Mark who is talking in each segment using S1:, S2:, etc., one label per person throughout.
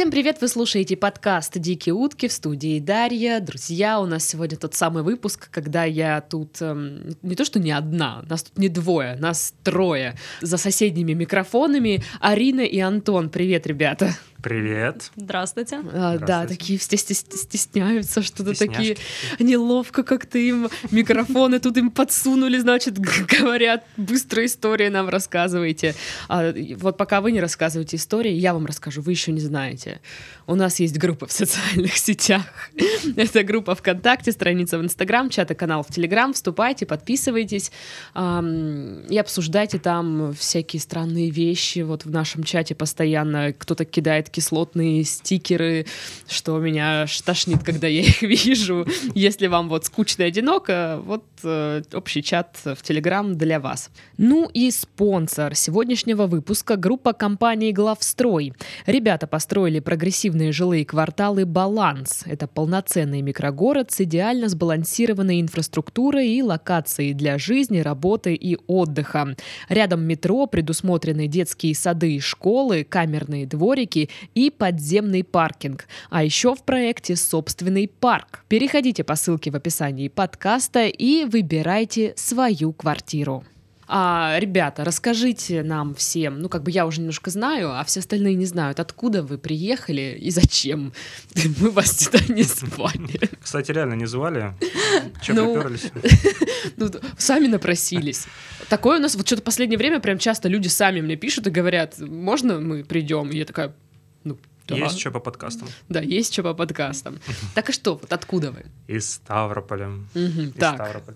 S1: Всем привет! Вы слушаете подкаст «Дикие утки», в студии Дарья. Друзья, у нас сегодня тот самый выпуск, когда я тут не то что не одна, нас тут не двое, нас трое. За соседними микрофонами Арина и Антон. Привет, ребята!
S2: Привет.
S3: Здравствуйте.
S1: Да, такие все стесняются, что-то такие неловко как-то им микрофоны тут им подсунули, значит, говорят, быстро истории нам рассказывайте. Вот пока вы не рассказываете истории, я вам расскажу, вы еще не знаете. У нас есть группа в социальных сетях. Это группа ВКонтакте, страница в Инстаграм, чат и канал в Телеграм. Вступайте, подписывайтесь и обсуждайте там всякие странные вещи. Вот в нашем чате постоянно кто-то кидает кислотные стикеры, что меня тошнит, когда я их вижу. Если вам вот скучно и одиноко, вот общий чат в Телеграм для вас. Ну и спонсор сегодняшнего выпуска — группа компании «Главстрой». Ребята построили прогрессивные жилые кварталы «Баланс». Это полноценный микрогород с идеально сбалансированной инфраструктурой и локацией для жизни, работы и отдыха. Рядом метро, предусмотрены детские сады и школы, камерные дворики и подземный паркинг. А еще в проекте собственный парк. Переходите по ссылке в описании подкаста и выбирайте свою квартиру. Ребята, расскажите нам всем, я уже немножко знаю, а все остальные не знают, откуда вы приехали и зачем. Мы вас сюда не звали.
S2: Кстати, реально не звали. Чего приперлись?
S1: Сами напросились. Такое у нас, вот что-то в последнее время прям часто люди сами мне пишут и говорят, можно мы придем? И я такая, да.
S2: Есть что по подкастам.
S1: Да, есть что по подкастам. Так и что, вот откуда вы?
S2: Из Ставрополя.
S1: Из
S3: Ставрополя.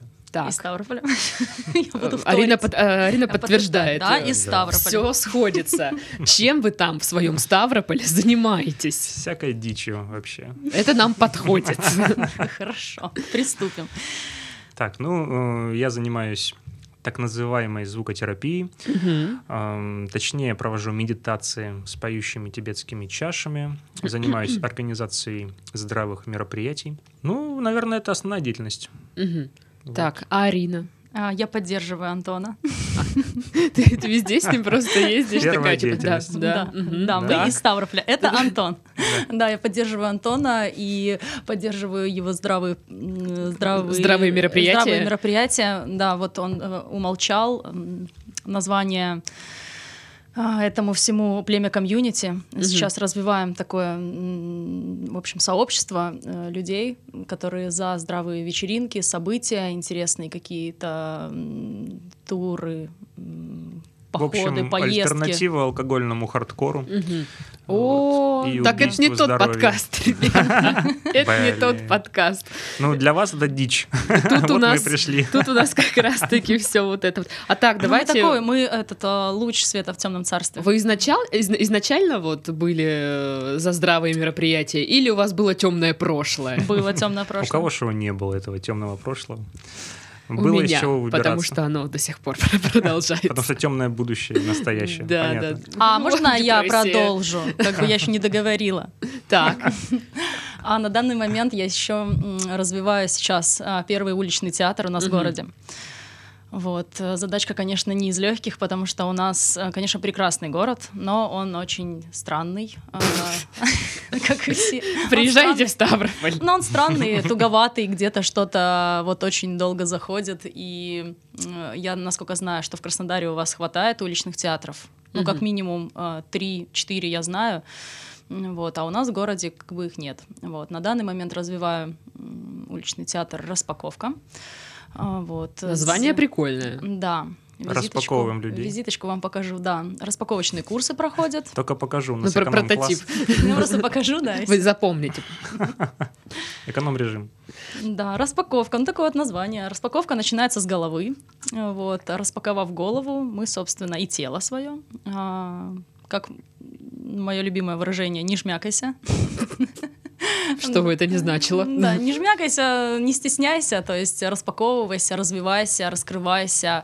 S1: Арина подтверждает.
S3: Да, из Ставрополя.
S1: Все сходится. Чем вы там в своем Ставрополе занимаетесь?
S2: Всякой дичью вообще.
S1: Это нам подходит.
S3: Хорошо, приступим.
S2: Так, я занимаюсь так называемой звукотерапией. Точнее, провожу медитации с поющими тибетскими чашами. Занимаюсь организацией здравых мероприятий. Наверное, это основная деятельность.
S1: Вот. Так, а Арина?
S3: Я поддерживаю Антона.
S1: Ты везде с ним просто ездишь?
S2: Первая
S1: такая,
S2: деятельность.
S3: Да, мы из Ставрополя. Это Антон. Да, я поддерживаю Антона и поддерживаю его здравые мероприятия. Да, вот он умолчал название этому всему племя комьюнити. Сейчас развиваем такое, в общем, сообщество людей, которые за здравые вечеринки, события, интересные какие-то туры, походы,
S2: в общем,
S3: поездки.
S2: Альтернатива алкогольному хардкору.
S1: Так это не тот подкаст, ребята. Это не тот подкаст.
S2: Для вас это дичь.
S1: Тут у нас
S2: мы пришли.
S1: Тут у нас как раз-таки все вот это. А так, давайте...
S3: Мы луч света в темном царстве.
S1: Вы изначально вот были за здравые мероприятия, или у вас было темное прошлое?
S3: Было темное прошлое.
S2: У кого же не было этого темного прошлого?
S1: У
S2: было
S1: меня,
S2: из чего выбираться.
S1: Потому что оно до сих пор продолжается.
S2: Потому что темное будущее, настоящее.
S1: Да.
S3: Можно я продолжу? Я еще не договорила.
S1: Так.
S3: На данный момент я еще развиваю сейчас первый уличный театр у нас в городе. Вот. Задачка, конечно, не из легких, потому что у нас, конечно, прекрасный город, но он очень странный, как и все.
S1: Приезжайте в Ставрополь.
S3: Но он странный, туговатый, где-то что-то вот очень долго заходит, и я, насколько знаю, что в Краснодаре у вас хватает уличных театров, как минимум 3-4 я знаю, вот, а у нас в городе как бы их нет. Вот. На данный момент развиваю уличный театр «Распаковка». Вот.
S1: Название прикольное.
S3: Да.
S2: Распаковываем людей.
S3: Визиточку вам покажу, да. Распаковочные курсы проходят.
S2: Только покажу, у нас
S1: прототип.
S3: Я просто покажу, да.
S1: Вы запомните.
S2: Эконом-режим.
S3: Да, распаковка. Такое вот название. Распаковка начинается с головы. Вот. Распаковав голову, мы, собственно, и тело свое. Как мое любимое выражение, не жмякайся.
S1: Что бы это ни значило.
S3: Да, не жмякайся, не стесняйся, то есть распаковывайся, развивайся, раскрывайся,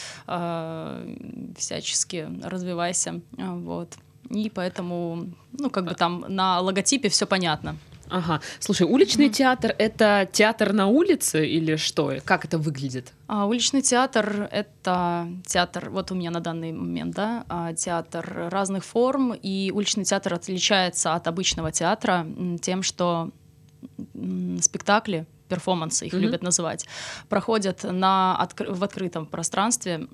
S3: всячески развивайся, вот. И поэтому, там на логотипе все понятно.
S1: Ага. Слушай, уличный театр — это театр на улице или что? Как это выглядит?
S3: Уличный театр — это театр, вот у меня на данный момент, да, театр разных форм, и уличный театр отличается от обычного театра тем, что спектакли, перформансы, их любят называть, проходят в открытом пространстве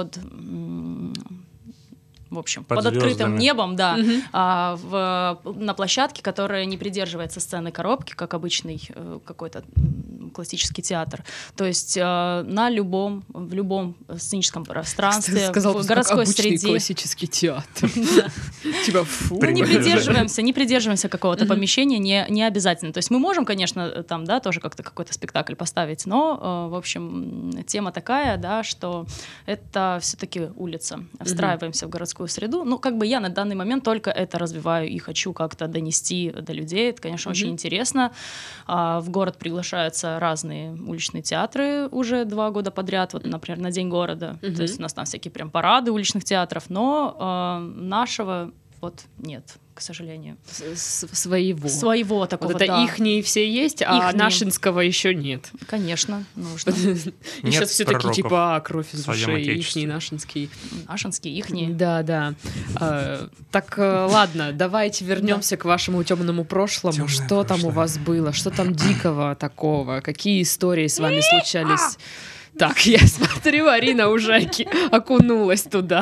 S3: под открытым небом, да, на площадке, которая не придерживается сцены коробки, как обычный какой-то классический театр. То есть в любом сценическом пространстве, в городской среде.
S1: Классический театр. Типа, фу.
S3: Не придерживаемся какого-то помещения, не обязательно. То есть мы можем, конечно, там, да, тоже как-то какой-то спектакль поставить, но, в общем, тема такая, да, что это все-таки улица. Встраиваемся в городскую среду. Ну, как бы я на данный момент только это развиваю и хочу как-то донести до людей. Это, конечно, очень интересно. В город приглашаются разные уличные театры уже 2 года подряд. Вот, например, на День города. То есть у нас там всякие прям парады уличных театров, но нашего вот нет, к сожалению. Своего такого,
S1: вот это
S3: да.
S1: ихние все есть, а нашинского еще нет.
S3: Конечно, нужно.
S1: Сейчас все такие типа, кровь из ушей, ихний, нашинский.
S3: Нашинский, ихний.
S1: Да. Так, ладно, давайте вернемся к вашему темному прошлому. Что там у вас было? Что там дикого такого? Какие истории с вами случались? Так, я смотрю, Арина уже окунулась туда.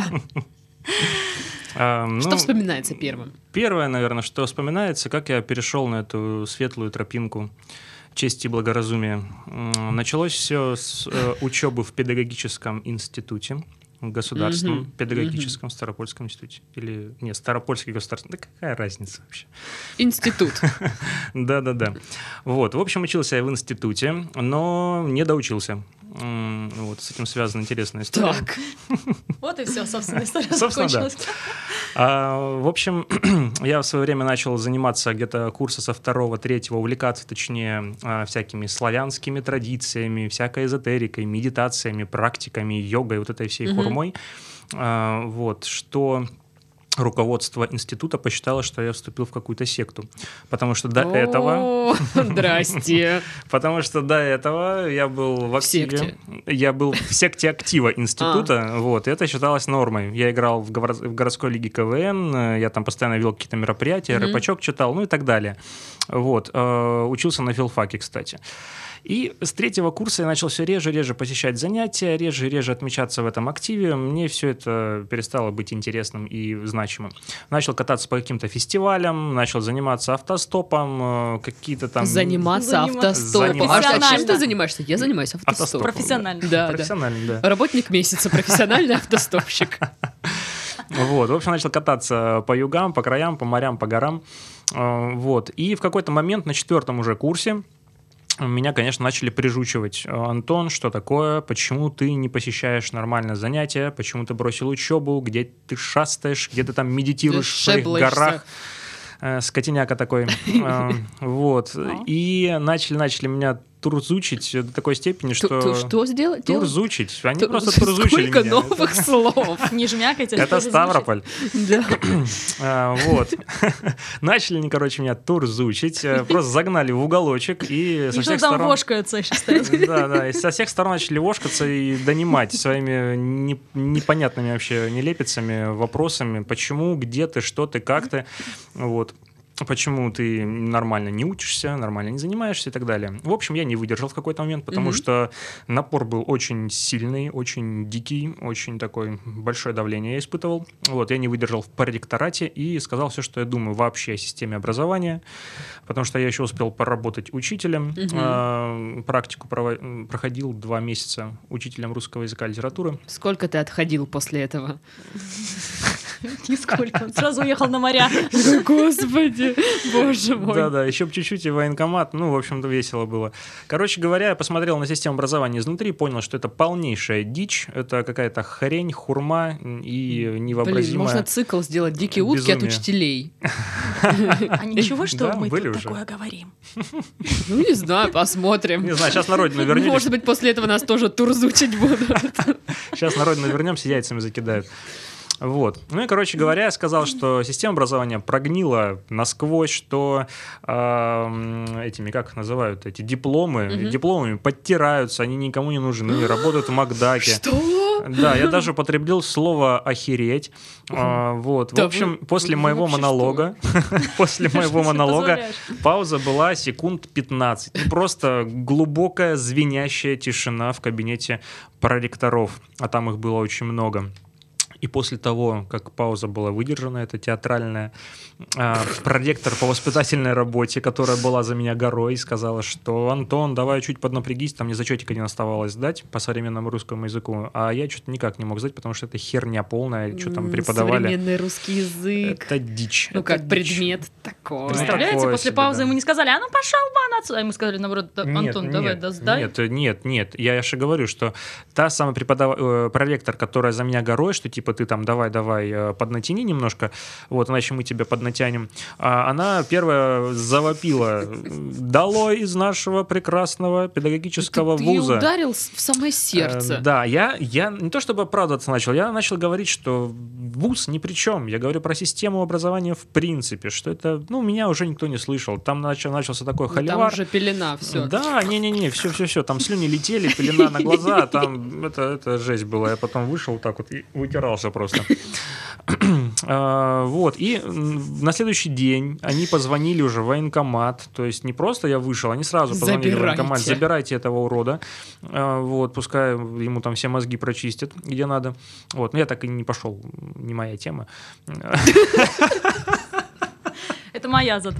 S1: Что вспоминается первым?
S2: Первое, наверное, что вспоминается, как я перешел на эту светлую тропинку чести и благоразумия. Началось все с учебы в педагогическом институте, государственном педагогическом Ставропольском институте. Или нет, Ставропольский государственный. Да какая разница вообще?
S1: Институт.
S2: Да. Вот, в общем, учился я в институте, но не доучился. Вот, с этим связана интересная история.
S1: Так.
S3: Вот и все, собственно, история
S2: закончилась. Да. В общем, я в свое время начал заниматься где-то курса со 2-3, увлекаться, точнее, всякими славянскими традициями, всякой эзотерикой, медитациями, практиками, йогой, вот этой всей хурмой. Вот, что руководство института посчитало, что я вступил в какую-то секту. Потому что до этого...
S1: Здрасте.
S2: Потому что до этого я был в активе. Я был в секте актива института. Вот, и это считалось нормой. Я играл в городской лиге КВН, я там постоянно вел какие-то мероприятия, рэпачок читал, ну и так далее. Вот. Учился на филфаке, кстати. И с 3 курса я начал все реже посещать занятия, реже отмечаться в этом активе. Мне все это перестало быть интересным и значимым. Начал кататься по каким-то фестивалям, начал заниматься автостопом, какие-то там...
S1: Заниматься автостопом. А чем ты занимаешься? Я занимаюсь автостопом.
S3: Профессионально.
S1: Да. Работник месяца, профессиональный автостопщик.
S2: Вот, в общем, начал кататься по югам, по краям, по морям, по горам. Вот. И в какой-то момент на 4 уже курсе меня, конечно, начали прижучивать. Антон, что такое? Почему ты не посещаешь нормально занятия? Почему ты бросил учебу? Где ты шастаешь? Где ты там медитируешь в своих горах? Скотиняка такой. Вот. И начали меня турзучить до такой степени, что...
S1: Что сделать?
S2: Турзучить. Они просто турзучили меня.
S1: Сколько новых слов.
S3: Не жмякайте.
S2: Это Ставрополь.
S1: Да.
S2: Вот. Начали они, короче, меня турзучить. Просто загнали в уголочек и со всех сторон...
S3: там вошкаются еще стоят.
S2: Да. И со всех сторон начали вошкаться и донимать своими непонятными вообще нелепицами, вопросами. Почему, где ты, что ты, как ты. Вот. Почему ты нормально не учишься, нормально не занимаешься и так далее. В общем, я не выдержал в какой-то момент, потому что напор был очень сильный, очень дикий, очень такое большое давление я испытывал. Вот, я не выдержал в проректорате и сказал все, что я думаю вообще о системе образования, потому что я еще успел поработать учителем, практику проходил 2 месяца учителем русского языка и литературы.
S1: Сколько ты отходил после этого?
S3: Нисколько. Он сразу уехал на моря.
S1: Господи, боже мой.
S2: Да, еще чуть-чуть и военкомат. Ну, в общем-то, весело было. Короче говоря, я посмотрел на систему образования изнутри, понял, что это полнейшая дичь, это какая-то хрень, хурма и невообразимая...
S1: Блин, можно цикл сделать «Дикие утки» от учителей.
S3: А ничего, что мы тут такое говорим?
S1: Ну, не знаю, посмотрим.
S2: Не знаю, сейчас на родину вернемся.
S1: Может быть, после этого нас тоже турзучить будут.
S2: Сейчас на родину вернемся, яйцами закидают. Вот. Ну и, короче говоря, я сказал, что система образования прогнила насквозь, что этими, как их называют, эти дипломами подтираются, они никому не нужны, работают в Макдаке.
S1: Что?
S2: Да, я даже употребил слово «охереть». Вот. В общем, после моего монолога пауза была секунд 15. Просто глубокая звенящая тишина в кабинете проректоров, а там их было очень много. И после того, как пауза была выдержана, это театральная, проректор по воспитательной работе, которая была за меня горой, сказала, что «Антон, давай чуть поднапрягись, там мне зачетик один оставалось сдать по современному русскому языку, а я что-то никак не мог сдать, потому что это херня полная, что там преподавали».
S1: Современный русский язык.
S2: Это дичь.
S1: Ну как предмет такой.
S3: Представляете,
S2: такое
S3: после
S2: себе,
S3: паузы
S2: да.
S3: ему не сказали, а ну пошел вон отсюда. А ему сказали, наоборот, Антон, давай, сдай.
S2: Нет. Я же говорю, что та самая проректор, которая за меня горой, что типа ты там давай, поднатяни немножко, вот, иначе мы тебя поднатянем. Она первая завопила: «Долой из нашего прекрасного педагогического вуза».
S1: Ты ударил в самое сердце.
S2: Да, я не то чтобы оправдываться начал, я начал говорить, что вуз ни при чем. Я говорю про систему образования в принципе, что это, меня уже никто не слышал. Там начался такой холивар.
S1: Там уже пелена, все.
S2: Да, не, все, там слюни летели, пелена на глаза, там это жесть была. Я потом вышел так вот и вытирался просто. Вот, и на следующий день они позвонили уже в военкомат, то есть не просто я вышел, они сразу позвонили в военкомат: забирайте этого урода, вот, пускай ему там все мозги прочистят, где надо. Вот, но я так и не пошел, не моя тема.
S3: Это моя зато.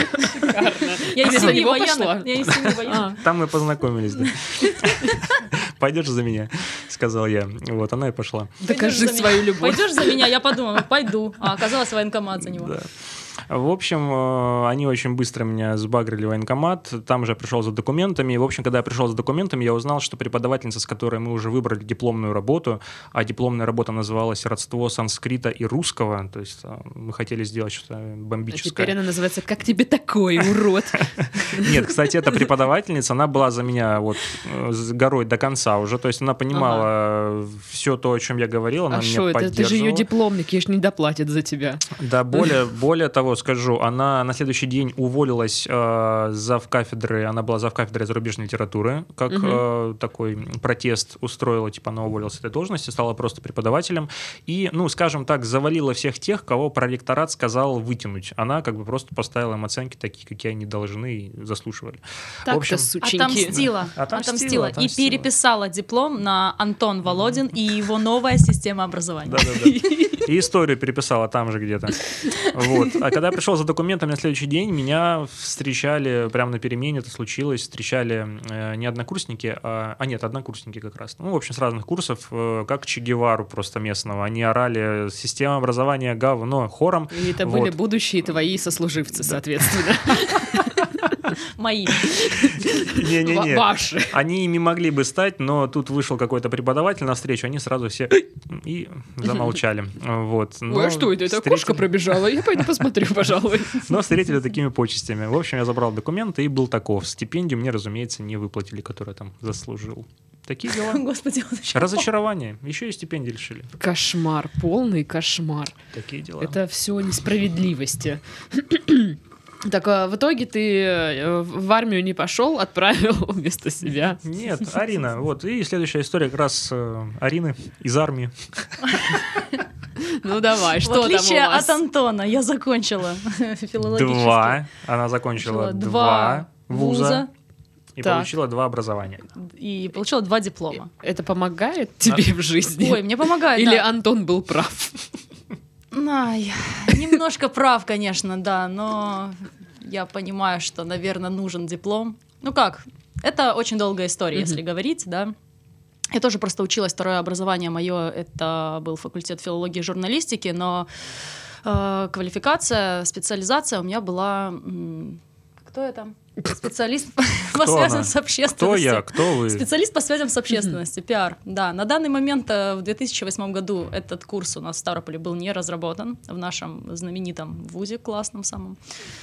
S1: Я из семьи военных.
S3: Я из семьи военных.
S2: Там мы познакомились, да. Пойдешь за меня, сказал я. Вот, она и пошла.
S1: Докажи свою любовь.
S3: Пойдешь за меня? Я подумала, пойду. А оказалось, военкомат за него.
S2: Да. В общем, они очень быстро меня сбагрили в военкомат, там же я пришел за документами, и, в общем, когда я пришел за документами, я узнал, что преподавательница, с которой мы уже выбрали дипломную работу, а дипломная работа называлась «Родство санскрита и русского», то есть мы хотели сделать что-то бомбическое.
S1: А теперь она называется «Как тебе такой, урод?»
S2: Нет, кстати, эта преподавательница, она была за меня вот с горой до конца уже, то есть она понимала все то, о чем я говорил, она меня поддерживала.
S1: Ты же ее дипломник, ей же не доплатят за тебя.
S2: Да, более того, скажу, она на следующий день уволилась завкафедры, она была завкафедрой зарубежной литературы, как такой протест устроила, типа она уволилась с этой должности, стала просто преподавателем и, скажем так, завалила всех тех, кого проректорат сказал вытянуть. Она как бы просто поставила им оценки такие, какие они должны и заслушивали.
S1: Так-то,
S2: в общем,
S1: сученьки.
S3: Отомстила. И переписала диплом на Антон Володин и его новая система образования.
S2: Да. И историю переписала там же где-то. Вот. А когда я пришел за документами на следующий день, меня встречали, прямо на перемене это случилось, встречали не однокурсники, однокурсники как раз. В общем, с разных курсов, как Че Гевару просто местного. Они орали: «Система образования говно», хором.
S1: И это были будущие твои сослуживцы, соответственно.
S3: Мои.
S2: Не-не-не.
S1: Ваши.
S2: Они ими могли бы стать, но тут вышел какой-то преподаватель навстречу, они сразу все и замолчали. Вот.
S1: Ой, а что это? Это кошка пробежала. Я пойду посмотрю, пожалуй.
S2: Но встретили такими почестями. В общем, я забрал документы и был таков. Стипендию мне, разумеется, не выплатили, которую я там заслужил. Такие дела.
S3: Господи,
S2: Разочарование. Еще и стипендии лишили.
S1: Кошмар, полный кошмар.
S2: Такие дела.
S1: Это все несправедливости. Так, а в итоге ты в армию не пошел, отправил вместо себя?
S2: Нет, Арина. Вот. И следующая история как раз Арины из армии.
S1: Ну давай,
S3: В
S1: что там у
S3: отличие
S1: вас?
S3: от Антона, я закончила филологический.
S2: 2. Она закончила 2 вуза. И
S1: Так.
S2: получила 2 образования.
S3: И получила 2 диплома.
S1: Это помогает тебе в жизни?
S3: Ой, мне помогает,
S1: Или
S3: да.
S1: Антон был прав?
S3: Немножко прав, конечно, да, но я понимаю, что, наверное, нужен диплом. Это очень долгая история, если говорить, да. Я тоже просто училась, второе образование мое, это был факультет филологии и журналистики, но квалификация, специализация у меня была... Кто я там? Специалист по связям с общественностью.
S2: Кто я? Кто вы?
S3: Специалист по связям с общественностью, пиар. Да, на данный момент в 2008 году этот курс у нас в Ставрополе был не разработан в нашем знаменитом вузе классном самом.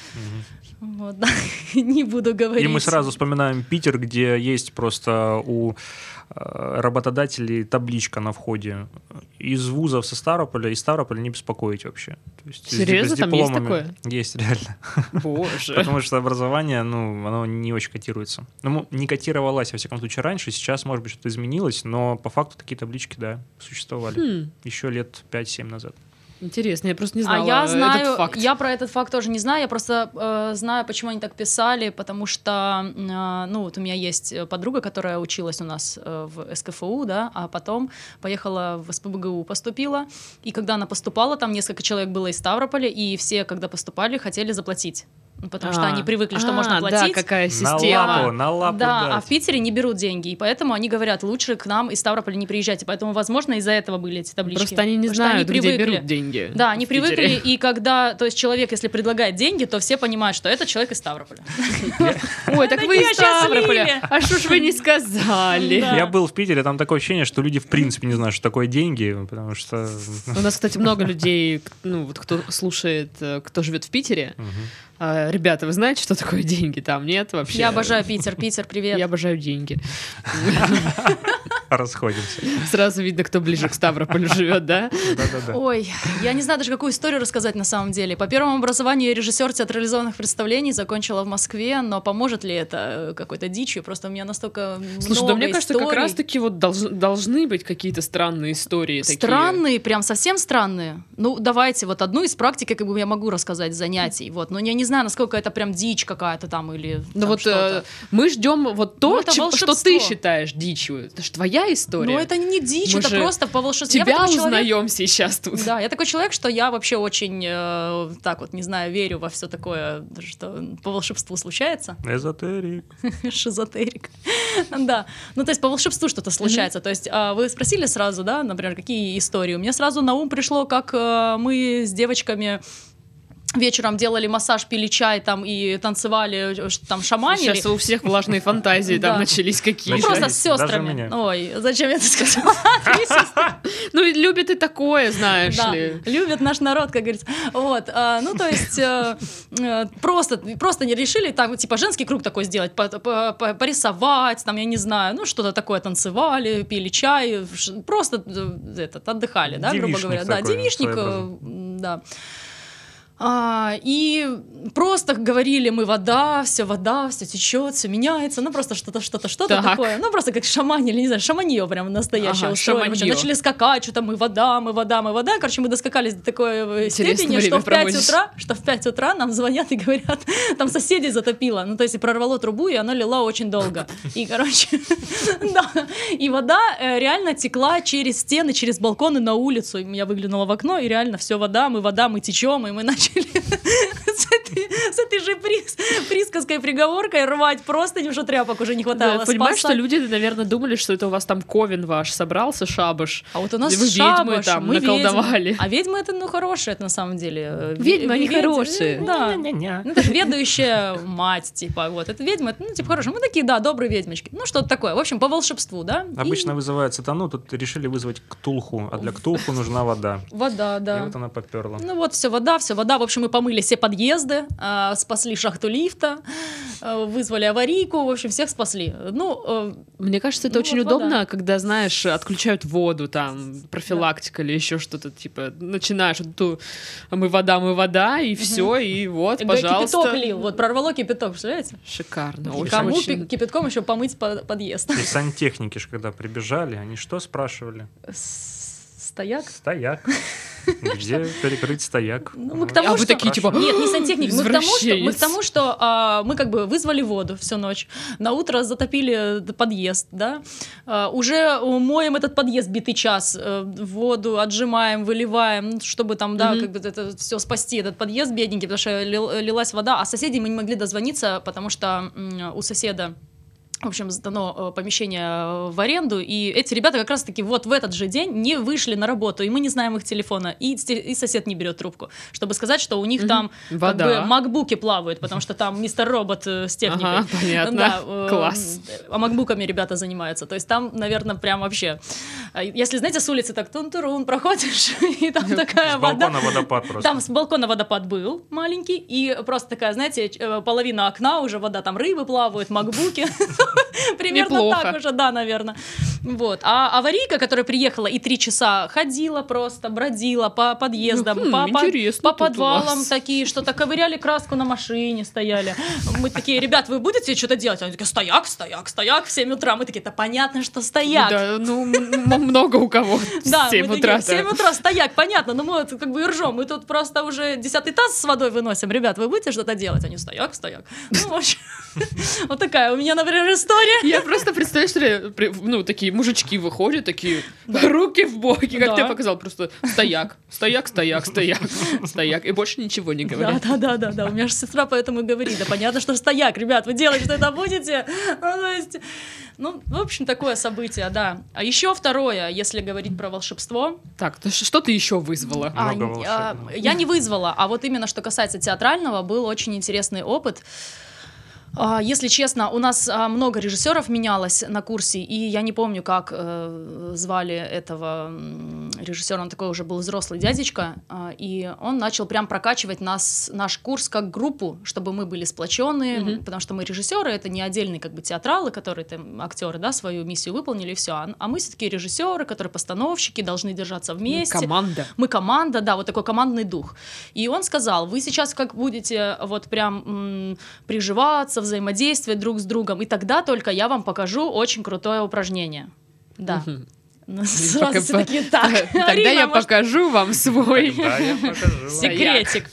S3: Вот, да. Не буду говорить.
S2: И мы сразу вспоминаем Питер, где есть просто у работодателей табличка на входе. Из вузов со Ставрополя, из Ставрополя не беспокоить вообще. То есть
S1: серьезно?
S2: с
S1: там есть такое?
S2: Есть, реально.
S1: Боже.
S2: Потому что образование, оно не очень котируется. Ну, не котировалось, во всяком случае, раньше. Сейчас, может быть, что-то изменилось, но по факту такие таблички, да, существовали. Еще лет 5-7 назад.
S1: Интересно, я просто не знала
S3: я знаю,
S1: этот факт.
S3: Я про этот факт тоже не знаю, я просто знаю, почему они так писали, потому что, вот у меня есть подруга, которая училась у нас в СКФУ, да, а потом поехала в СПбГУ, поступила, и когда она поступала, там несколько человек было из Ставрополя, и все, когда поступали, хотели заплатить. Потому что они привыкли, что можно платить.
S1: Да, какая система.
S2: На лапу
S3: да,
S2: дать.
S3: а в Питере не берут деньги, и поэтому они говорят, лучше к нам из Ставрополя не приезжайте. Поэтому, возможно, из-за этого были эти таблички.
S1: Просто они не знают, где берут деньги.
S3: Да, они привыкли, и когда, то есть человек, если предлагает деньги, то все понимают, что это человек из Ставрополя.
S1: Ой, так вы из Ставрополя. А что ж вы не сказали?
S2: Я был в Питере, там такое ощущение, что люди в принципе не знают, что такое деньги, потому что...
S1: У нас, кстати, много людей, кто слушает, кто живет в Питере. Ребята, вы знаете, что такое деньги? Там нет вообще.
S3: Я обожаю Питер. Питер, привет.
S1: Я обожаю деньги.
S2: Расходимся.
S1: Сразу видно, кто ближе к Ставрополю живет, да?
S2: Да-да-да.
S3: Ой, я не знаю даже, какую историю рассказать на самом деле. По первому образованию я режиссер театрализованных представлений, закончила в Москве, но поможет ли это какой-то дичью? Просто у меня настолько
S1: Слушай,
S3: много
S1: да мне кажется,
S3: историй.
S1: как раз-таки вот должны быть какие-то странные истории.
S3: Странные, прям совсем странные. Ну, давайте вот одну из практики, как бы я могу рассказать, занятий. Вот. Но я не знаю, насколько это прям дичь какая-то там или
S1: ну
S3: там
S1: вот
S3: что-то.
S1: Мы ждем вот то,
S3: это
S1: что ты считаешь дичью. Это же твоя история.
S3: Ну, это не дичь,
S1: Мы
S3: это
S1: же
S3: просто по волшебству.
S1: Тебя узнаем сейчас тут.
S3: Да, я такой человек, что я вообще очень, так вот, не знаю, верю во все такое, что по волшебству случается.
S2: Эзотерик.
S3: Шизотерик. Да. Ну, то есть по волшебству что-то случается. То есть вы спросили сразу, да, например, какие истории? Мне сразу на ум пришло, как мы с девочками вечером делали массаж, пили чай там и танцевали, там шаманили.
S1: Сейчас у всех влажные фантазии там начались какие-то.
S3: Ну просто с сестрами. Ой, зачем я это сказала?
S1: Ну любят и такое, знаешь ли.
S3: Любят наш народ, как говорится. Вот, ну то есть просто не решили там типа женский круг такой сделать, порисовать, там я не знаю, ну что-то такое, танцевали, пили чай, просто отдыхали, да, грубо говоря. Да, девичник, да. И просто говорили мы вода, все течет, все меняется, ну просто что-то такое, ну просто как шаманили, не знаю, шаманье прям настоящее устроили, начали скакать, что-то мы вода, короче, мы доскакались до такой степени, что в 5 утра нам звонят и говорят, там соседей затопило, ну то есть прорвало трубу, и она лила очень долго, и короче, да, и вода реально текла через стены, через балконы на улицу, я выглянула в окно, и реально все вода, мы течем, и мы начали с этой же присказкой, приговоркой рвать простыню, что тряпок уже не хватало.
S1: Понимаешь, что люди, наверное, думали, что это у вас там ковен ваш собрался, шабаш.
S3: А вот у нас
S1: вы
S3: шабаш,
S1: ведьмы там наколдовали.
S3: А ведьмы это, хорошие, это на самом деле.
S1: Ведьмы, они хорошие.
S3: Да. Ну, это ведущая мать, типа, вот. Это ведьма, это, типа, хорошие. Мы такие, да, добрые ведьмочки. Ну, что-то такое. В общем, по волшебству, да.
S2: Обычно вызывают сатану, тут решили вызвать ктулху, а для ктулху нужна вода.
S3: Вода, да.
S2: И вот она поперла.
S3: Ну, вот, все вода. В общем, мы помыли все подъезды, спасли шахту лифта, вызвали аварийку, в общем, всех спасли. Ну,
S1: мне кажется, это очень удобно, когда, знаешь, отключают воду, там, профилактика или еще что-то, типа, начинаешь, мы вода, и все, и вот, пожалуйста.
S3: Кипяток лил, вот, прорвало кипяток, представляете?
S1: Шикарно.
S3: Кому кипятком еще помыть подъезд?
S2: И сантехники же, когда прибежали, они что спрашивали?
S3: Стояк?
S2: Где перекрыть стояк?
S3: Ну, к тому,
S1: вы такие, типа,
S3: нет, не сантехник, мы к тому, что мы как бы вызвали воду всю ночь, на утро затопили подъезд, да, уже моем этот подъезд битый час, воду отжимаем, выливаем, чтобы там, да, как бы это все спасти, этот подъезд бедненький, потому что лилась вода, а соседей мы не могли дозвониться, потому что у соседа в общем, сдано помещение в аренду, и эти ребята как раз-таки вот в этот же день не вышли на работу, и мы не знаем их телефона, и сосед не берет трубку, чтобы сказать, что у них там как бы макбуки плавают, потому что там мистер Робот с техникой.
S1: Ага, понятно.
S3: Да,
S1: класс.
S3: А макбуками ребята занимаются, то есть там, наверное, прям вообще... Если, знаете, с улицы так тун-турун проходишь, и там такая вода...
S2: С балкона водопад просто.
S3: Там с балкона водопад был маленький, и просто такая, знаете, половина окна уже вода, там рыбы плавают, макбуки. Примерно
S1: Неплохо.
S3: так уже, да, наверное. Вот. А аварийка, которая приехала и 3 часа ходила просто, бродила по подъездам, по подвалам такие, что-то ковыряли краску на машине, стояли. Мы такие: ребят, вы будете что-то делать? Они такие: стояк, стояк, стояк, в 7 утра. Мы такие: да понятно, что стояк.
S1: Да, ну, много у кого в 7 утра.
S3: В 7 утра стояк, понятно, но мы вот как бы и ржем. Мы тут просто уже 10-й таз с водой выносим. Ребят, вы будете что-то делать? Они: стояк, стояк. Ну, в общем, вот такая у меня, например, история.
S1: Я просто представляю, что ну, такие мужички выходят, такие руки в боки, как ты показал, просто стояк, стояк, стояк, стояк, стояк, и больше ничего не говорят.
S3: Да, у меня же сестра поэтому и говорит: да понятно, что стояк, ребят, вы делать что-то будете? Ну, в общем, такое событие, да. А еще второе, если говорить про волшебство.
S1: Так, что ты еще вызвала?
S3: Я не вызвала, а вот именно что касается театрального, был очень интересный опыт. Если честно, у нас много режиссеров менялось на курсе, и я не помню, как звали этого режиссера, он такой уже был взрослый дядечка, и он начал прям прокачивать наш курс как группу, чтобы мы были сплоченные, потому что мы режиссеры, это не отдельные как бы театралы, которые там актеры, да, свою миссию выполнили, и все, а мы все-таки режиссеры, которые постановщики, должны держаться вместе.
S1: Команда.
S3: Мы команда, да, вот такой командный дух. И он сказал: вы сейчас как будете вот прям приживаться, взаимодействовать друг с другом, и тогда только я вам покажу очень крутое упражнение. Да. Сразу все такие: так,
S1: тогда я покажу вам свой
S3: секретик.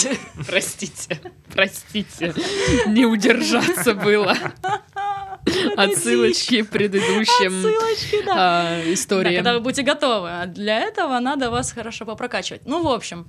S1: Простите, не удержаться было. Отсылочки к предыдущим историям.
S3: Когда вы будете готовы. А для этого надо вас хорошо попрокачивать. Ну, в общем...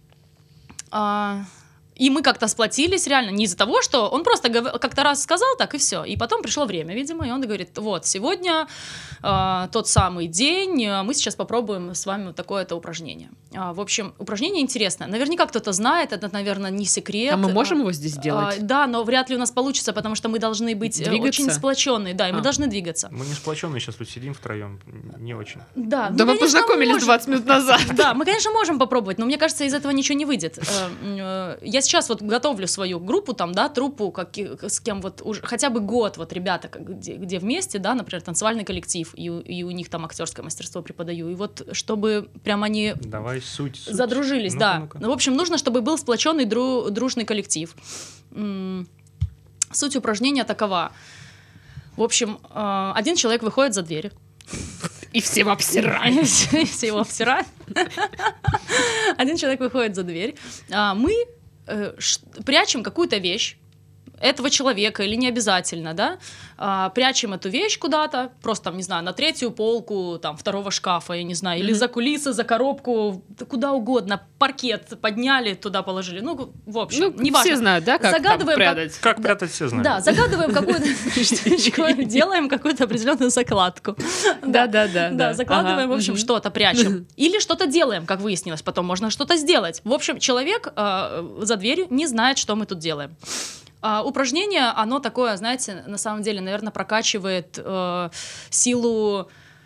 S3: И мы как-то сплотились, реально, не из-за того, что он просто как-то раз сказал так, и все. И потом пришло время, видимо, и он говорит: вот, сегодня тот самый день, мы сейчас попробуем с вами вот такое-то упражнение. В общем, упражнение интересное. Наверняка кто-то знает, это, наверное, не секрет.
S1: А мы можем его здесь сделать?
S3: Да, но вряд ли у нас получится, потому что мы должны быть очень сплоченные, да, и мы должны двигаться.
S2: Мы не сплоченные сейчас тут сидим втроем, не очень.
S3: Да,
S1: да, мы познакомились 20 минут назад.
S3: Да, мы, конечно, можем попробовать, но мне кажется, из этого ничего не выйдет. Я сейчас вот готовлю свою группу, там, да, труппу, с кем вот уже хотя бы год вот ребята, где вместе, да, например, танцевальный коллектив, и у них там актерское мастерство преподаю, и вот чтобы прям они
S2: суть.
S3: Задружились, ну-ка, да. Ну-ка. В общем, нужно, чтобы был сплоченный дружный коллектив. Суть упражнения такова. В общем, один человек выходит за дверь.
S1: И все его обсирают.
S3: Все его обсирают. Один человек выходит за дверь. Мы прячем какую-то вещь этого человека, или не обязательно, да, прячем эту вещь куда-то, просто, там, не знаю, на 3-ю полку, там, 2-го шкафа, я не знаю, или за кулисы, за коробку, куда угодно, паркет подняли, туда положили, ну, в общем,
S1: не важно. Все знают, да, как там прятать?
S2: Как прятать, все знают.
S3: Да, загадываем какую-то штучку, делаем какую-то определенную закладку.
S1: Да,
S3: закладываем, в общем, что-то прячем. Или что-то делаем, как выяснилось, потом можно что-то сделать. В общем, человек за дверью не знает, что мы тут делаем. Упражнение, оно такое, знаете, на самом деле, наверное, прокачивает силу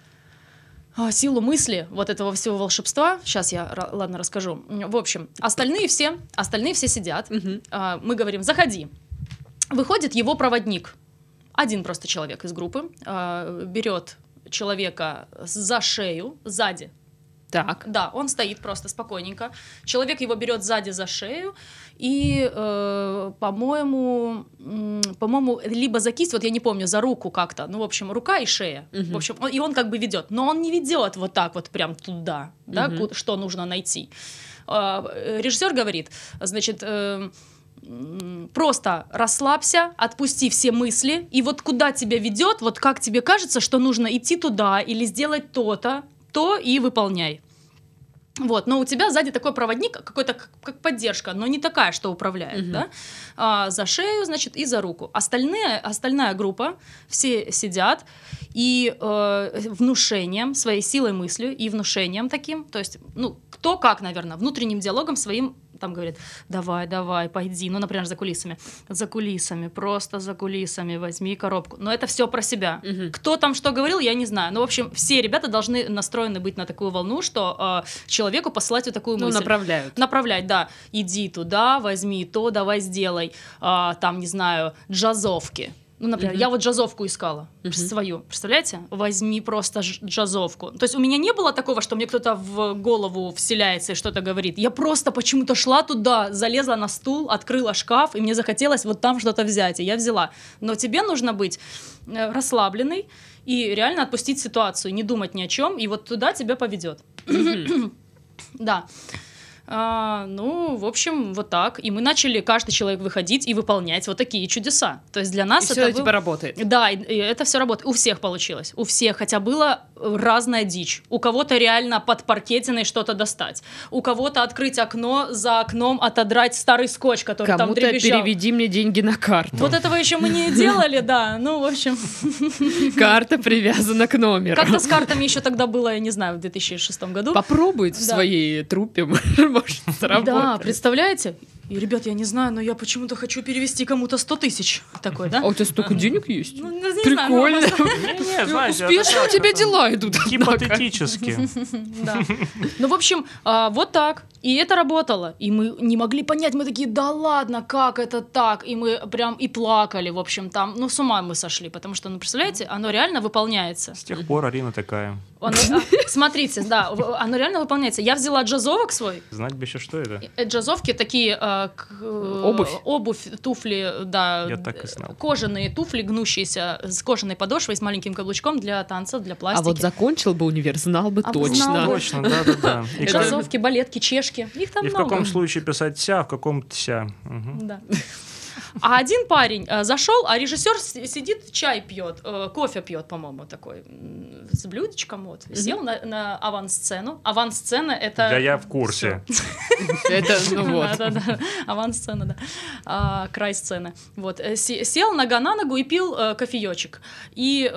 S3: мысли вот этого всего волшебства. Сейчас я, ладно, расскажу. В общем, остальные все сидят. Мы говорим: заходи. Выходит его проводник. Один просто человек из группы берет человека за шею, сзади.
S1: Так.
S3: Да, он стоит просто спокойненько. Человек его берет сзади за шею и, по-моему, либо за кисть, вот я не помню, за руку как-то. Ну, в общем, рука и шея. В общем, и он как бы ведет. Но он не ведет вот так вот прям туда, да, что нужно найти. Режиссер говорит, значит, просто расслабься, отпусти все мысли, и вот куда тебя ведет, вот как тебе кажется, что нужно идти туда или сделать то-то, то и выполняй. Вот, но у тебя сзади такой проводник, какой-то как поддержка, но не такая, что управляет, да? За шею, значит, и за руку. Остальная группа, все сидят и внушением, своей силой мыслью и внушением таким, то есть, ну, кто как, наверное, внутренним диалогом своим там говорит: давай, пойди, ну, например, за кулисами, просто за кулисами возьми коробку. Но это все про себя. Кто там что говорил, я не знаю. Ну, в общем, все ребята должны настроены быть на такую волну, что человеку посылать вот такую мысль. Направлять, да. Иди туда, возьми то, давай сделай, там, не знаю, джазовки. Ну, например, я вот джазовку искала свою, представляете? Возьми просто джазовку. То есть у меня не было такого, что мне кто-то в голову вселяется и что-то говорит. Я просто почему-то шла туда, залезла на стул, открыла шкаф, и мне захотелось вот там что-то взять, и я взяла. Но тебе нужно быть расслабленной и реально отпустить ситуацию, не думать ни о чем, и вот туда тебя поведет. Да. Ну, в общем, вот так. И мы начали, каждый человек, выходить и выполнять вот такие чудеса. То есть для нас
S1: и это все типа работает.
S3: Да, и это все работает. У всех получилось. У всех. Хотя была разная дичь. У кого-то реально под паркетиной что-то достать. У кого-то открыть окно, за окном отодрать старый скотч, который
S1: кому-то
S3: там дребезжал.
S1: Переведи мне деньги на карту.
S3: Вот этого еще мы не делали, да. Ну, в общем.
S1: Карта привязана к номеру.
S3: Как-то с картами еще тогда было, я не знаю, в 2006 году.
S1: Попробуй в своей труппе, может сработать.
S3: Да, представляете? И, ребят, я не знаю, но я почему-то хочу перевести кому-то 100 тысяч. Такой, да?
S1: А у тебя столько денег есть?
S3: Ну, не
S1: прикольно.
S3: Знаю,
S1: успешно у тебя дела идут.
S2: Гипотетически.
S3: Да. Ну, в общем, вот так. И это работало. И мы не могли понять, мы такие: да ладно, как это так? И мы прям и плакали, в общем, там, ну, с ума мы сошли, потому что, ну, представляете, оно реально выполняется.
S2: С тех пор Арина такая.
S3: Смотрите, да, оно реально выполняется. Я взяла джазовок свой.
S2: Знать бы еще, что это.
S3: Джазовки такие... Обувь, туфли, да.
S2: Я так и знал.
S3: Кожаные туфли, гнущиеся, с кожаной подошвой, с маленьким каблучком для танца, для пластики.
S1: А вот закончил бы универ, знал бы точно.
S2: Точно, да.
S3: Джазовки, балетки, чешки. Их там
S2: и
S3: много.
S2: в каком случае писать «ся», в каком «ся».
S3: Да. А один парень зашел, а режиссер сидит, чай пьет, кофе пьет, по-моему, такой, с блюдечком, вот, сел на авансцену. Авансцена — это...
S2: Да, я в курсе.
S1: Это, ну вот.
S3: Да, авансцена, да. Край сцены. Вот, сел нога на ногу и пил кофеечек. И...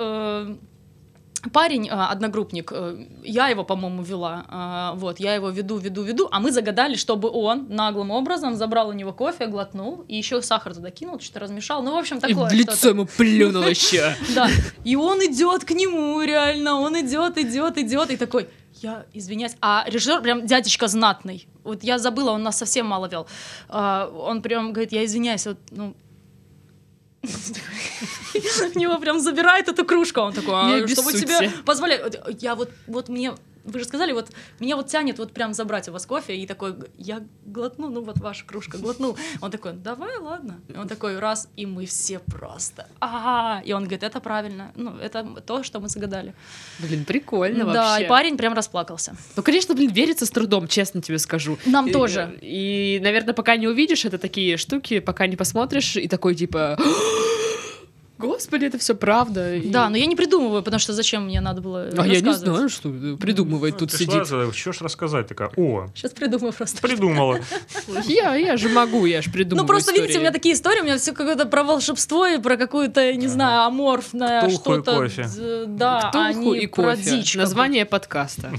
S3: Парень, одногруппник, я его, по-моему, вела, вот, я его веду, а мы загадали, чтобы он наглым образом забрал у него кофе, глотнул, и еще сахар туда кинул, что-то размешал, ну, в общем, такое.
S1: И в лицо ему плюнул еще.
S3: Да, и он идет к нему, реально, он идет, и такой: я извиняюсь, а режиссер прям дядечка знатный, вот я забыла, он нас совсем мало вел, он прям говорит: я извиняюсь, вот, ну, в него прям забирает эту кружку, он такой: что вы себе позволяете? Я вот мне, вы же сказали, вот меня вот тянет вот прям забрать у вас кофе, и такой: я глотну, ну вот ваша кружка, глотнул. Он такой: давай, ладно. И он такой раз, и мы все просто: и он говорит: это правильно, ну это то, что мы загадали.
S1: Блин, прикольно вообще.
S3: Да, и парень прям расплакался.
S1: Ну, конечно, блин, верится с трудом, честно тебе скажу.
S3: Нам тоже.
S1: И, наверное, пока не увидишь, это такие штуки, пока не посмотришь, и такой типа: Господи, это все правда.
S3: Да, но я не придумываю, потому что зачем мне надо было рассказывать.
S1: Я не знаю, что придумывает, тут сидит.
S2: Что ж рассказать? Такая: о,
S3: сейчас придумаю просто.
S2: Придумала.
S1: Я же могу, я же придумываю.
S3: Ну просто
S1: истории.
S3: видите, у меня такие истории, у меня все какое-то про волшебство и про какую-то, не знаю, аморфное
S2: Ктулху
S3: что-то.
S2: И кофе.
S3: Да,
S1: Ктулху
S3: и
S1: кофе.
S3: про дичь.
S1: Название подкаста.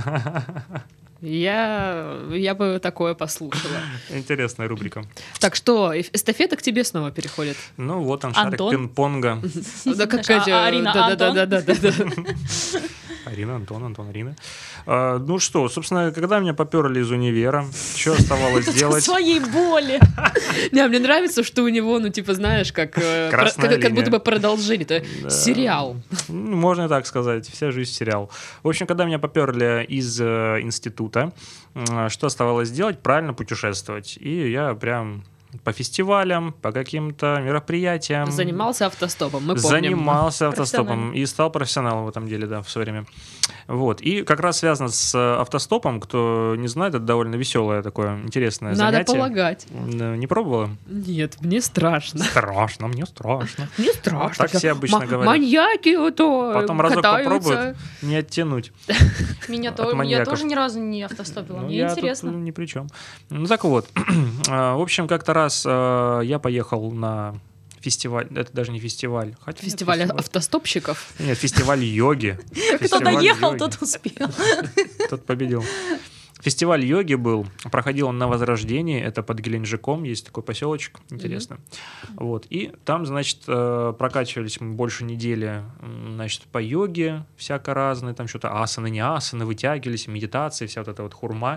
S1: Я бы такое послушала.
S2: Интересная рубрика.
S1: Так что, эстафета к тебе снова переходит.
S2: Ну вот он, шарик
S3: Антон?
S2: пинг-понга.
S1: Да, какая
S3: Арина,
S1: да.
S2: Арина, Антон, Арина. Ну что, собственно, когда меня поперли из универа, что оставалось делать?
S3: Своей боли.
S1: Не, мне нравится, что у него, ну, типа, знаешь, как будто бы продолжение. Это сериал.
S2: Можно и так сказать. Вся жизнь сериал. В общем, когда меня поперли из института, что оставалось делать? Правильно путешествовать. И я прям... по фестивалям, по каким-то мероприятиям.
S1: Занимался автостопом, мы помним.
S2: Занимался автостопом и стал профессионалом в этом деле, да, в свое время. Вот. И как раз связано с автостопом, кто не знает, это довольно веселое такое интересное занятие.
S1: Надо полагать.
S2: Не пробовала?
S1: Нет, мне страшно.
S2: Страшно, мне страшно.
S1: Мне страшно.
S2: Так все обычно говорят.
S1: Маньяки
S2: Потом разок
S1: катаются.
S2: попробуют, не оттянуть.
S3: Я
S2: маньяков.
S3: тоже ни разу не автостопила,
S2: Ну,
S3: мне
S2: я
S3: интересно.
S2: тут ни при чем. Ну так вот, в общем, как-то раз я поехал на фестиваль, это даже не фестиваль. Хотя
S1: Фестиваль автостопщиков.
S2: Нет, фестиваль йоги.
S3: Кто
S2: Фестиваль
S3: доехал,
S2: йоги.
S3: тот успел.
S2: Тот победил. Фестиваль йоги был, проходил он на Возрождении, это под Геленджиком, есть такой поселочек, интересно. Вот, и там, значит, прокачивались мы больше недели, значит, по йоге всяко разные, там что-то асаны, не асаны, вытягивались, медитации, вся вот эта вот хурма.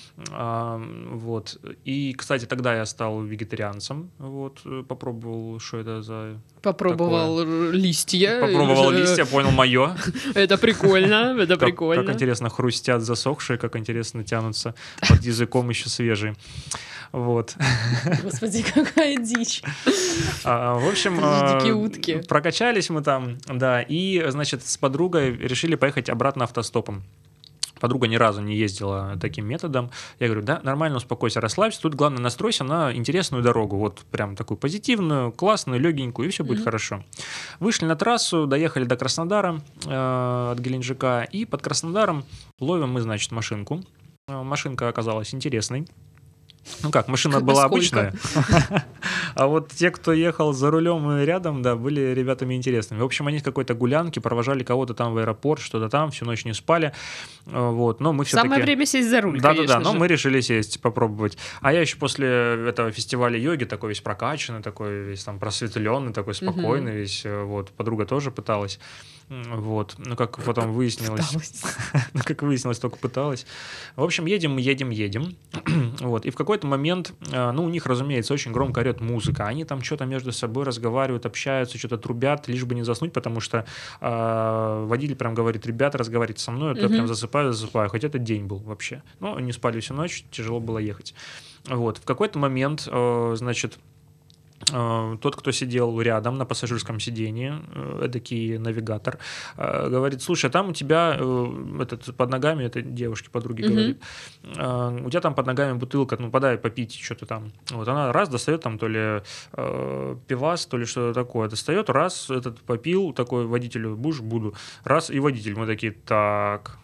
S2: Вот. И, кстати, тогда я стал вегетарианцем. Вот. Попробовал, что это за...
S1: Попробовал листья.
S2: Попробовал листья, понял, мое.
S1: Это прикольно, это прикольно.
S2: Как интересно хрустят засохшие, как интересно тянутся под языком еще свежие. Вот.
S3: Господи, какая дичь.
S2: В общем,
S1: Дикие утки.
S2: прокачались мы там, да, и, значит, с подругой решили поехать обратно автостопом. Подруга ни разу не ездила таким методом. Я говорю, да, нормально, успокойся, расслабься. Тут главное настройся на интересную дорогу. Вот прям такую позитивную, классную, легенькую, и все будет хорошо. Вышли на трассу, доехали до Краснодара от Геленджика. И под Краснодаром ловим мы, значит, машинку. Машинка оказалась интересной. Ну как, машина была обычная, а вот те, кто ехал за рулем и рядом, да, были ребятами интересными. В общем, они с какой-то гулянки провожали кого-то там в аэропорт, что-то там, всю ночь не спали. Вот, но мы все-таки...
S1: Самое время сесть за руль,
S2: Да-да-да, но
S1: же.
S2: мы решили сесть, попробовать. А я еще после этого фестиваля йоги такой весь прокачанный, такой весь там просветленный, такой спокойный весь. Вот, подруга тоже пыталась. Вот, ну как потом выяснилось, ну как выяснилось, только пыталась. В общем, едем. Вот, и в какой-то момент, ну у них, разумеется, очень громко орет музыка, они там что-то между собой разговаривают, общаются, что-то трубят, лишь бы не заснуть, потому что водитель прям говорит, ребята, разговаривайте со мной, я прям засыпаю, хотя это день был вообще. Но не спали всю ночь, тяжело было ехать. Вот, в какой-то момент, значит, тот, кто сидел рядом на пассажирском сидении, эдакий навигатор, говорит, слушай, а там у тебя под ногами, это девушке, подруге говорит, у тебя там под ногами бутылка, ну подай попить что-то там. Вот она раз достает там то ли пивас, то ли что-то такое, достает, раз этот попил, такой водителю, будешь, буду, раз, и водитель, мы такие, так,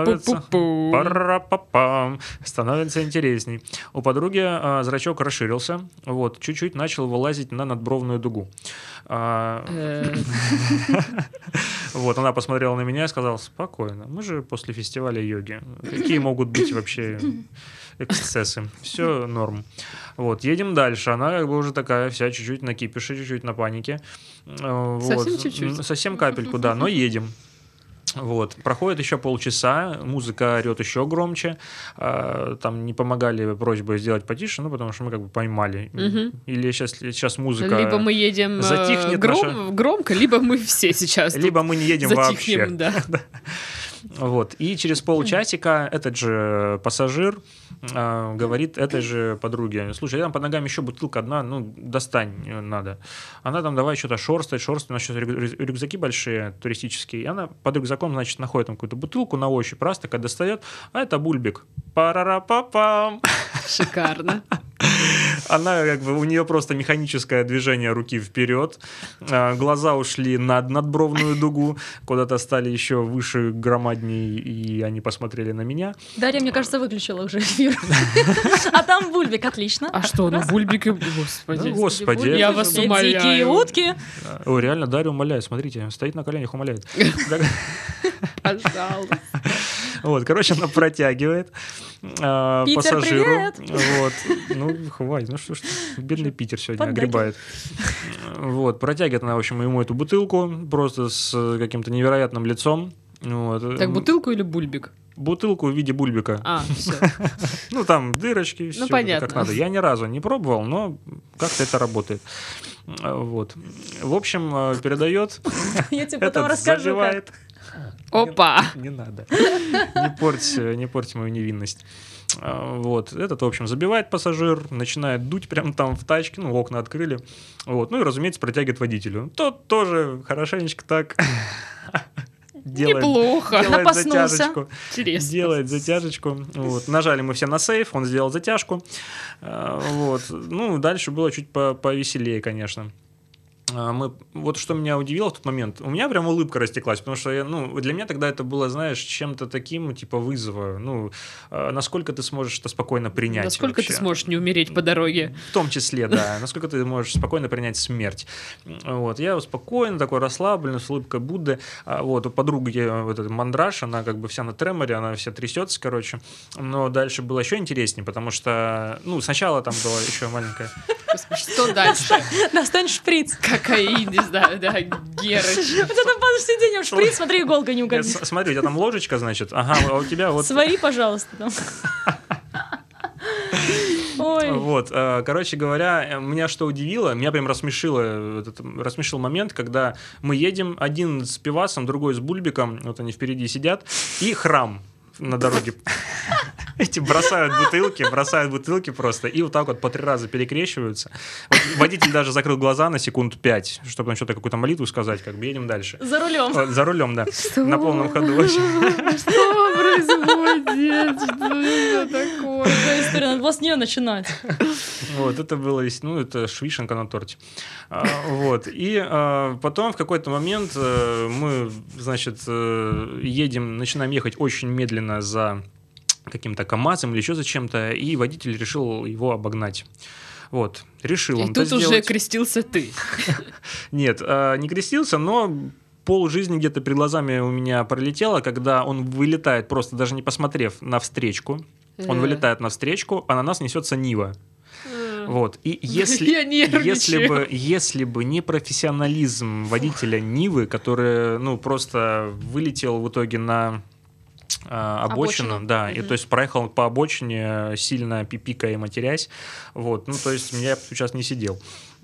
S2: становится интересней. У подруги зрачок расширился, вот, чуть-чуть начал вылазить на надбровную дугу. Вот, она посмотрела на меня и сказала, спокойно, мы же после фестиваля йоги. Какие могут быть вообще эксцессы? Все норм. Вот, едем дальше. Она как бы уже такая вся чуть-чуть на кипише, чуть-чуть на панике.
S1: Совсем чуть-чуть?
S2: Совсем капельку, да, но едем. Вот. Проходит еще полчаса, музыка орет еще громче, там не помогали просьбы сделать потише, ну, потому что мы как бы поймали. Или сейчас музыка
S1: либо мы едем
S2: затихнет
S1: громко, либо мы все сейчас
S2: либо мы не едем
S1: затихнем,
S2: вообще.
S1: Да.
S2: Вот. И через полчасика этот же пассажир говорит этой же подруге, слушай, там под ногами еще бутылка одна, ну, достань надо. Она там давай что-то шорстает, у нас сейчас рюкзаки большие, туристические, и она под рюкзаком, значит, находит там какую-то бутылку на ощупь, раз такая достает, а это бульбик. Пара-ра-па-пам.
S1: Шикарно.
S2: Она, как бы, у нее просто механическое движение руки вперед, глаза ушли над надбровную дугу, куда-то стали еще выше, громаднее, и они посмотрели на меня.
S3: Дарья, мне кажется, выключила уже эфир. А там бульбик, отлично.
S1: А что, ну бульбики, господи.
S2: Господи.
S1: Я вас умоляю.
S3: Дикие утки.
S2: О, реально, Дарья умоляет, смотрите, стоит на коленях, умоляет.
S1: Пожалуйста.
S2: Вот, короче, она протягивает пассажиру.
S3: Привет!
S2: Вот. Ну, хватит, ну что ж, бедный Питер сегодня огребает. Вот, протягивает она, в общем, ему эту бутылку, просто с каким-то невероятным лицом. Вот.
S1: Так, бутылку или бульбик?
S2: Бутылку в виде бульбика.
S1: Все.
S2: Ну, там дырочки, все
S1: понятно.
S2: как надо. Я ни разу не пробовал, но как-то это работает. Вот. В общем, передает.
S3: Я тебе потом расскажу,
S2: забивает.
S1: Опа!
S2: Не надо. Не порть мою невинность. Вот. Этот, в общем, забивает пассажир, начинает дуть прямо там в тачке, ну, окна открыли. Вот. Ну и, разумеется, протягивает водителю. Тот тоже хорошенечко так
S1: Неплохо.
S2: Делает
S3: Напаснулся.
S2: затяжечку.
S1: Интересно.
S2: Делает затяжечку. Вот. Нажали мы все на сейф, он сделал затяжку. Вот. Ну, дальше было чуть повеселее, конечно. Вот что меня удивило в тот момент, у меня прям улыбка растеклась, потому что для меня тогда это было, знаешь, чем-то таким, типа вызова, насколько ты сможешь это спокойно принять.
S1: Насколько
S2: вообще.
S1: ты сможешь не умереть по дороге.
S2: В том числе, да, насколько ты можешь спокойно принять смерть. Вот, я спокойно, такой расслабленный, с улыбкой Будды, вот, у подруги вот эта мандраж, она как бы вся на треморе, она вся трясется, короче, но дальше было еще интереснее, потому что, сначала там была еще маленькая...
S1: Что дальше?
S3: Достань шприц.
S1: Кокаин, не знаю, да, Герыч.
S3: У тебя там под сиденьем шприц, смотри, иголка не угодит.
S2: Смотри, у тебя там ложечка, значит, ага, а у тебя вот...
S3: Свои, пожалуйста, там. Ой.
S2: Вот, короче говоря, меня что удивило, меня прям рассмешил момент, когда мы едем, один с пивасом, другой с бульбиком, вот они впереди сидят, и храм на дороге. Эти бросают бутылки просто, и вот так вот по 3 раза перекрещиваются. Вот водитель даже закрыл глаза на секунд 5, чтобы там что-то, какую-то молитву сказать, как бы едем дальше.
S3: За рулем.
S2: За рулем, да. На полном ходу вообще.
S1: Что происходит? Что это такое?
S3: Какая история, надо было с нее начинать.
S2: Вот, это было, это швишенка на торте. Вот, и потом в какой-то момент мы, значит, начинаем ехать очень медленно за каким-то КамАЗом или еще за чем-то, и водитель решил его обогнать. Вот, решил он
S1: это
S2: сделать.
S1: И тут уже крестился ты.
S2: Нет, не крестился, но полжизни где-то перед глазами у меня пролетело, когда он вылетает, просто даже не посмотрев на встречку, он вылетает на встречку, а на нас несется Нива. Вот. И если бы не профессионализм водителя Нивы, который, просто вылетел в итоге на обочину, да, и то есть проехал по обочине, сильно пипикая и матерясь, вот, то есть я сейчас не сидел.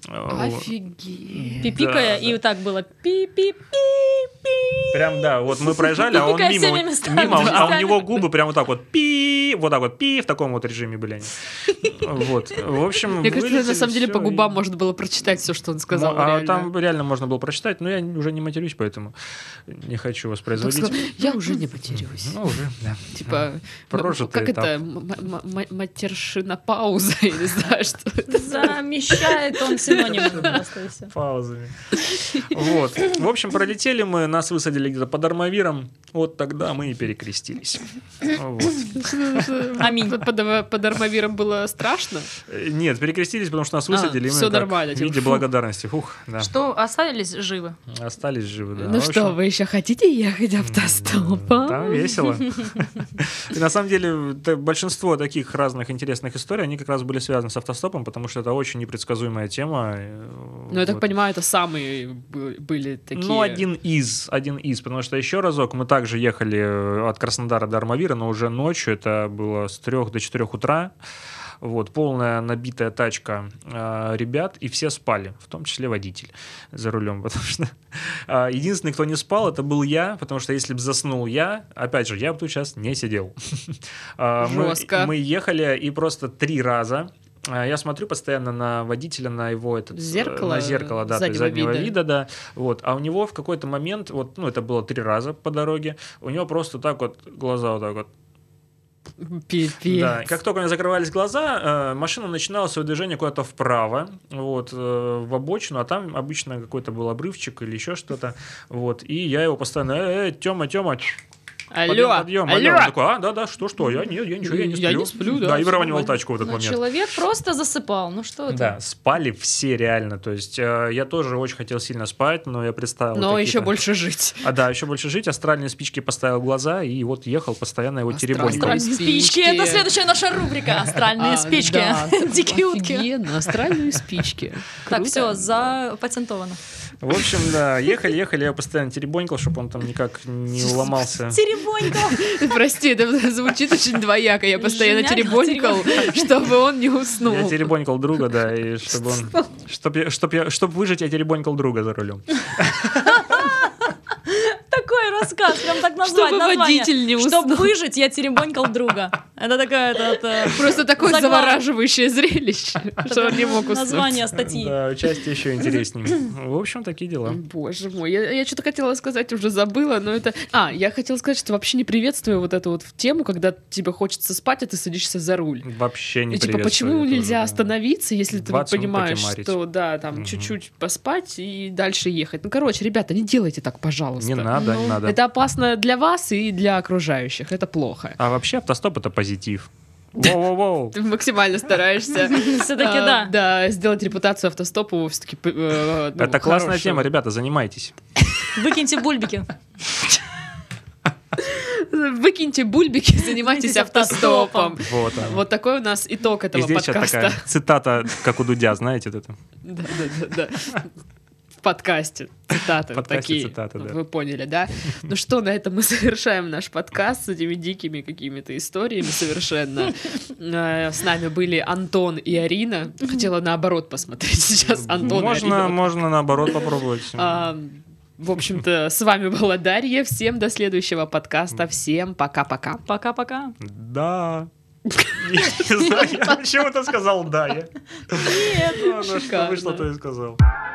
S1: Офигеть.
S3: Пипикая, и вот так было пи-пи-пи-пи.
S2: Прям, да, вот мы проезжали, а он мимо, а у него губы прям вот так вот пи, в таком вот режиме были они. Вот, в общем,
S1: мне кажется, на самом деле по губам можно было прочитать все, что он сказал.
S2: Там реально можно было прочитать, но я уже не матерюсь, поэтому не хочу воспроизводить.
S1: Я уже не матерюсь.
S2: Уже, да.
S1: Типа,
S2: прожитый
S1: как это, матершина пауза, я не знаю, что это.
S3: Замещает он синонимы просто и всё.
S2: Паузами. Вот. В общем, пролетели мы, нас высадили где-то под Армавиром, вот тогда мы и перекрестились. Вот.
S3: Аминь.
S1: Под Армавиром было страшно?
S2: Нет, перекрестились, потому что нас высадили.
S1: Все нормально.
S2: В виде благодарности. Да.
S3: Что, остались живы?
S2: Остались живы, да.
S1: Ну что, вы еще хотите ехать автостопом?
S2: Там весело. И на самом деле большинство таких разных интересных историй, они как раз были связаны с автостопом, потому что это очень непредсказуемая тема.
S1: Ну, я так понимаю, это самые были такие...
S2: один из, потому что еще разок мы также ехали от Краснодара до Армавира, но уже ночью, это было с 3 до 4 утра. Вот, полная набитая тачка ребят, и все спали, в том числе водитель за рулем, потому что единственный, кто не спал, это был я, потому что если бы заснул я, опять же, я бы тут сейчас не сидел.
S1: Жестко.
S2: Мы ехали, и просто 3 раза я смотрю постоянно на водителя, на его зеркало, да, заднего вида, да. Вот. А у него в какой-то момент, это было 3 раза по дороге, у него просто так вот глаза вот так вот.
S1: Пипец.
S2: Да, как только у меня закрывались глаза, машина начинала свое движение куда-то вправо, в обочину, а там обычно какой-то был обрывчик или еще что-то, вот, и я его постоянно, Тёма, подъем. Он такой, да, что, я ничего, я не сплю.
S1: Я не сплю, да.
S2: Да, и выравнивал тачку в этот момент.
S3: Человек просто засыпал, что это?
S2: Да, спали все реально, то есть я тоже очень хотел сильно спать, но я представил...
S1: Но еще больше жить.
S2: Да, еще больше жить, астральные спички поставил в глаза, и вот ехал, постоянно его теребонькал.
S3: Астральные спички, это следующая наша рубрика, астральные спички, дикие утки.
S1: Офигенно, астральные спички.
S3: Так, все, запатентовано.
S2: В общем, да, ехали, я постоянно теребонькал, чтобы он там никак не уломался.
S3: Теребонькал.
S1: Прости, это звучит очень двояко. Я постоянно теребонькал, чтобы он не уснул.
S2: Я теребонькал друга, да, и чтобы он... Чтобы выжить, я теребонькал друга за рулем.
S3: Такой рассказ, прям так назвать.
S1: Чтобы водитель не уснул.
S3: Чтобы выжить, я теребонькал друга. Это такая...
S1: Просто такое завораживающее зрелище, что он не мог уснуть.
S3: Название статьи.
S2: Да, участие еще интереснее. В общем, такие дела.
S1: Боже мой, я что-то хотела сказать, уже забыла, но это... я хотела сказать, что вообще не приветствую вот эту вот тему, когда тебе хочется спать, а ты садишься за руль.
S2: Вообще не
S1: И
S2: приветствую.
S1: почему нельзя остановиться, если ты понимаешь,
S2: покемарить.
S1: что, да, там, чуть-чуть поспать и дальше ехать. Ну, короче, ребята, не делайте так, пожалуйста.
S2: Не надо, не надо.
S1: Это опасно для вас и для окружающих, это плохо.
S2: А вообще автостоп — это позитив. Воу-воу-воу.
S1: Ты максимально стараешься
S3: Все-таки да.
S1: Да, сделать репутацию автостопа все-таки
S2: Это классная тема, ребята, занимайтесь.
S3: Выкиньте бульбики.
S1: Выкиньте бульбики, занимайтесь автостопом. Вот такой у нас итог этого
S2: И здесь сейчас
S1: подкаста.
S2: такая цитата, как у Дудя, знаете вот это?
S1: Да. В подкасте цитаты
S2: В подкасте
S1: такие.
S2: цитаты, да.
S1: Вы поняли, да? Ну что, на этом мы завершаем наш подкаст с этими дикими какими-то историями совершенно. С нами были Антон и Арина. Хотела наоборот посмотреть сейчас Антон и Арина.
S2: Можно наоборот попробовать.
S1: В общем-то, с вами была Дарья. Всем до следующего подкаста. Всем пока-пока.
S3: Пока-пока.
S2: Да. Не знаю, почему ты сказал «да».
S1: Нет,
S2: Что вышло, то и сказал.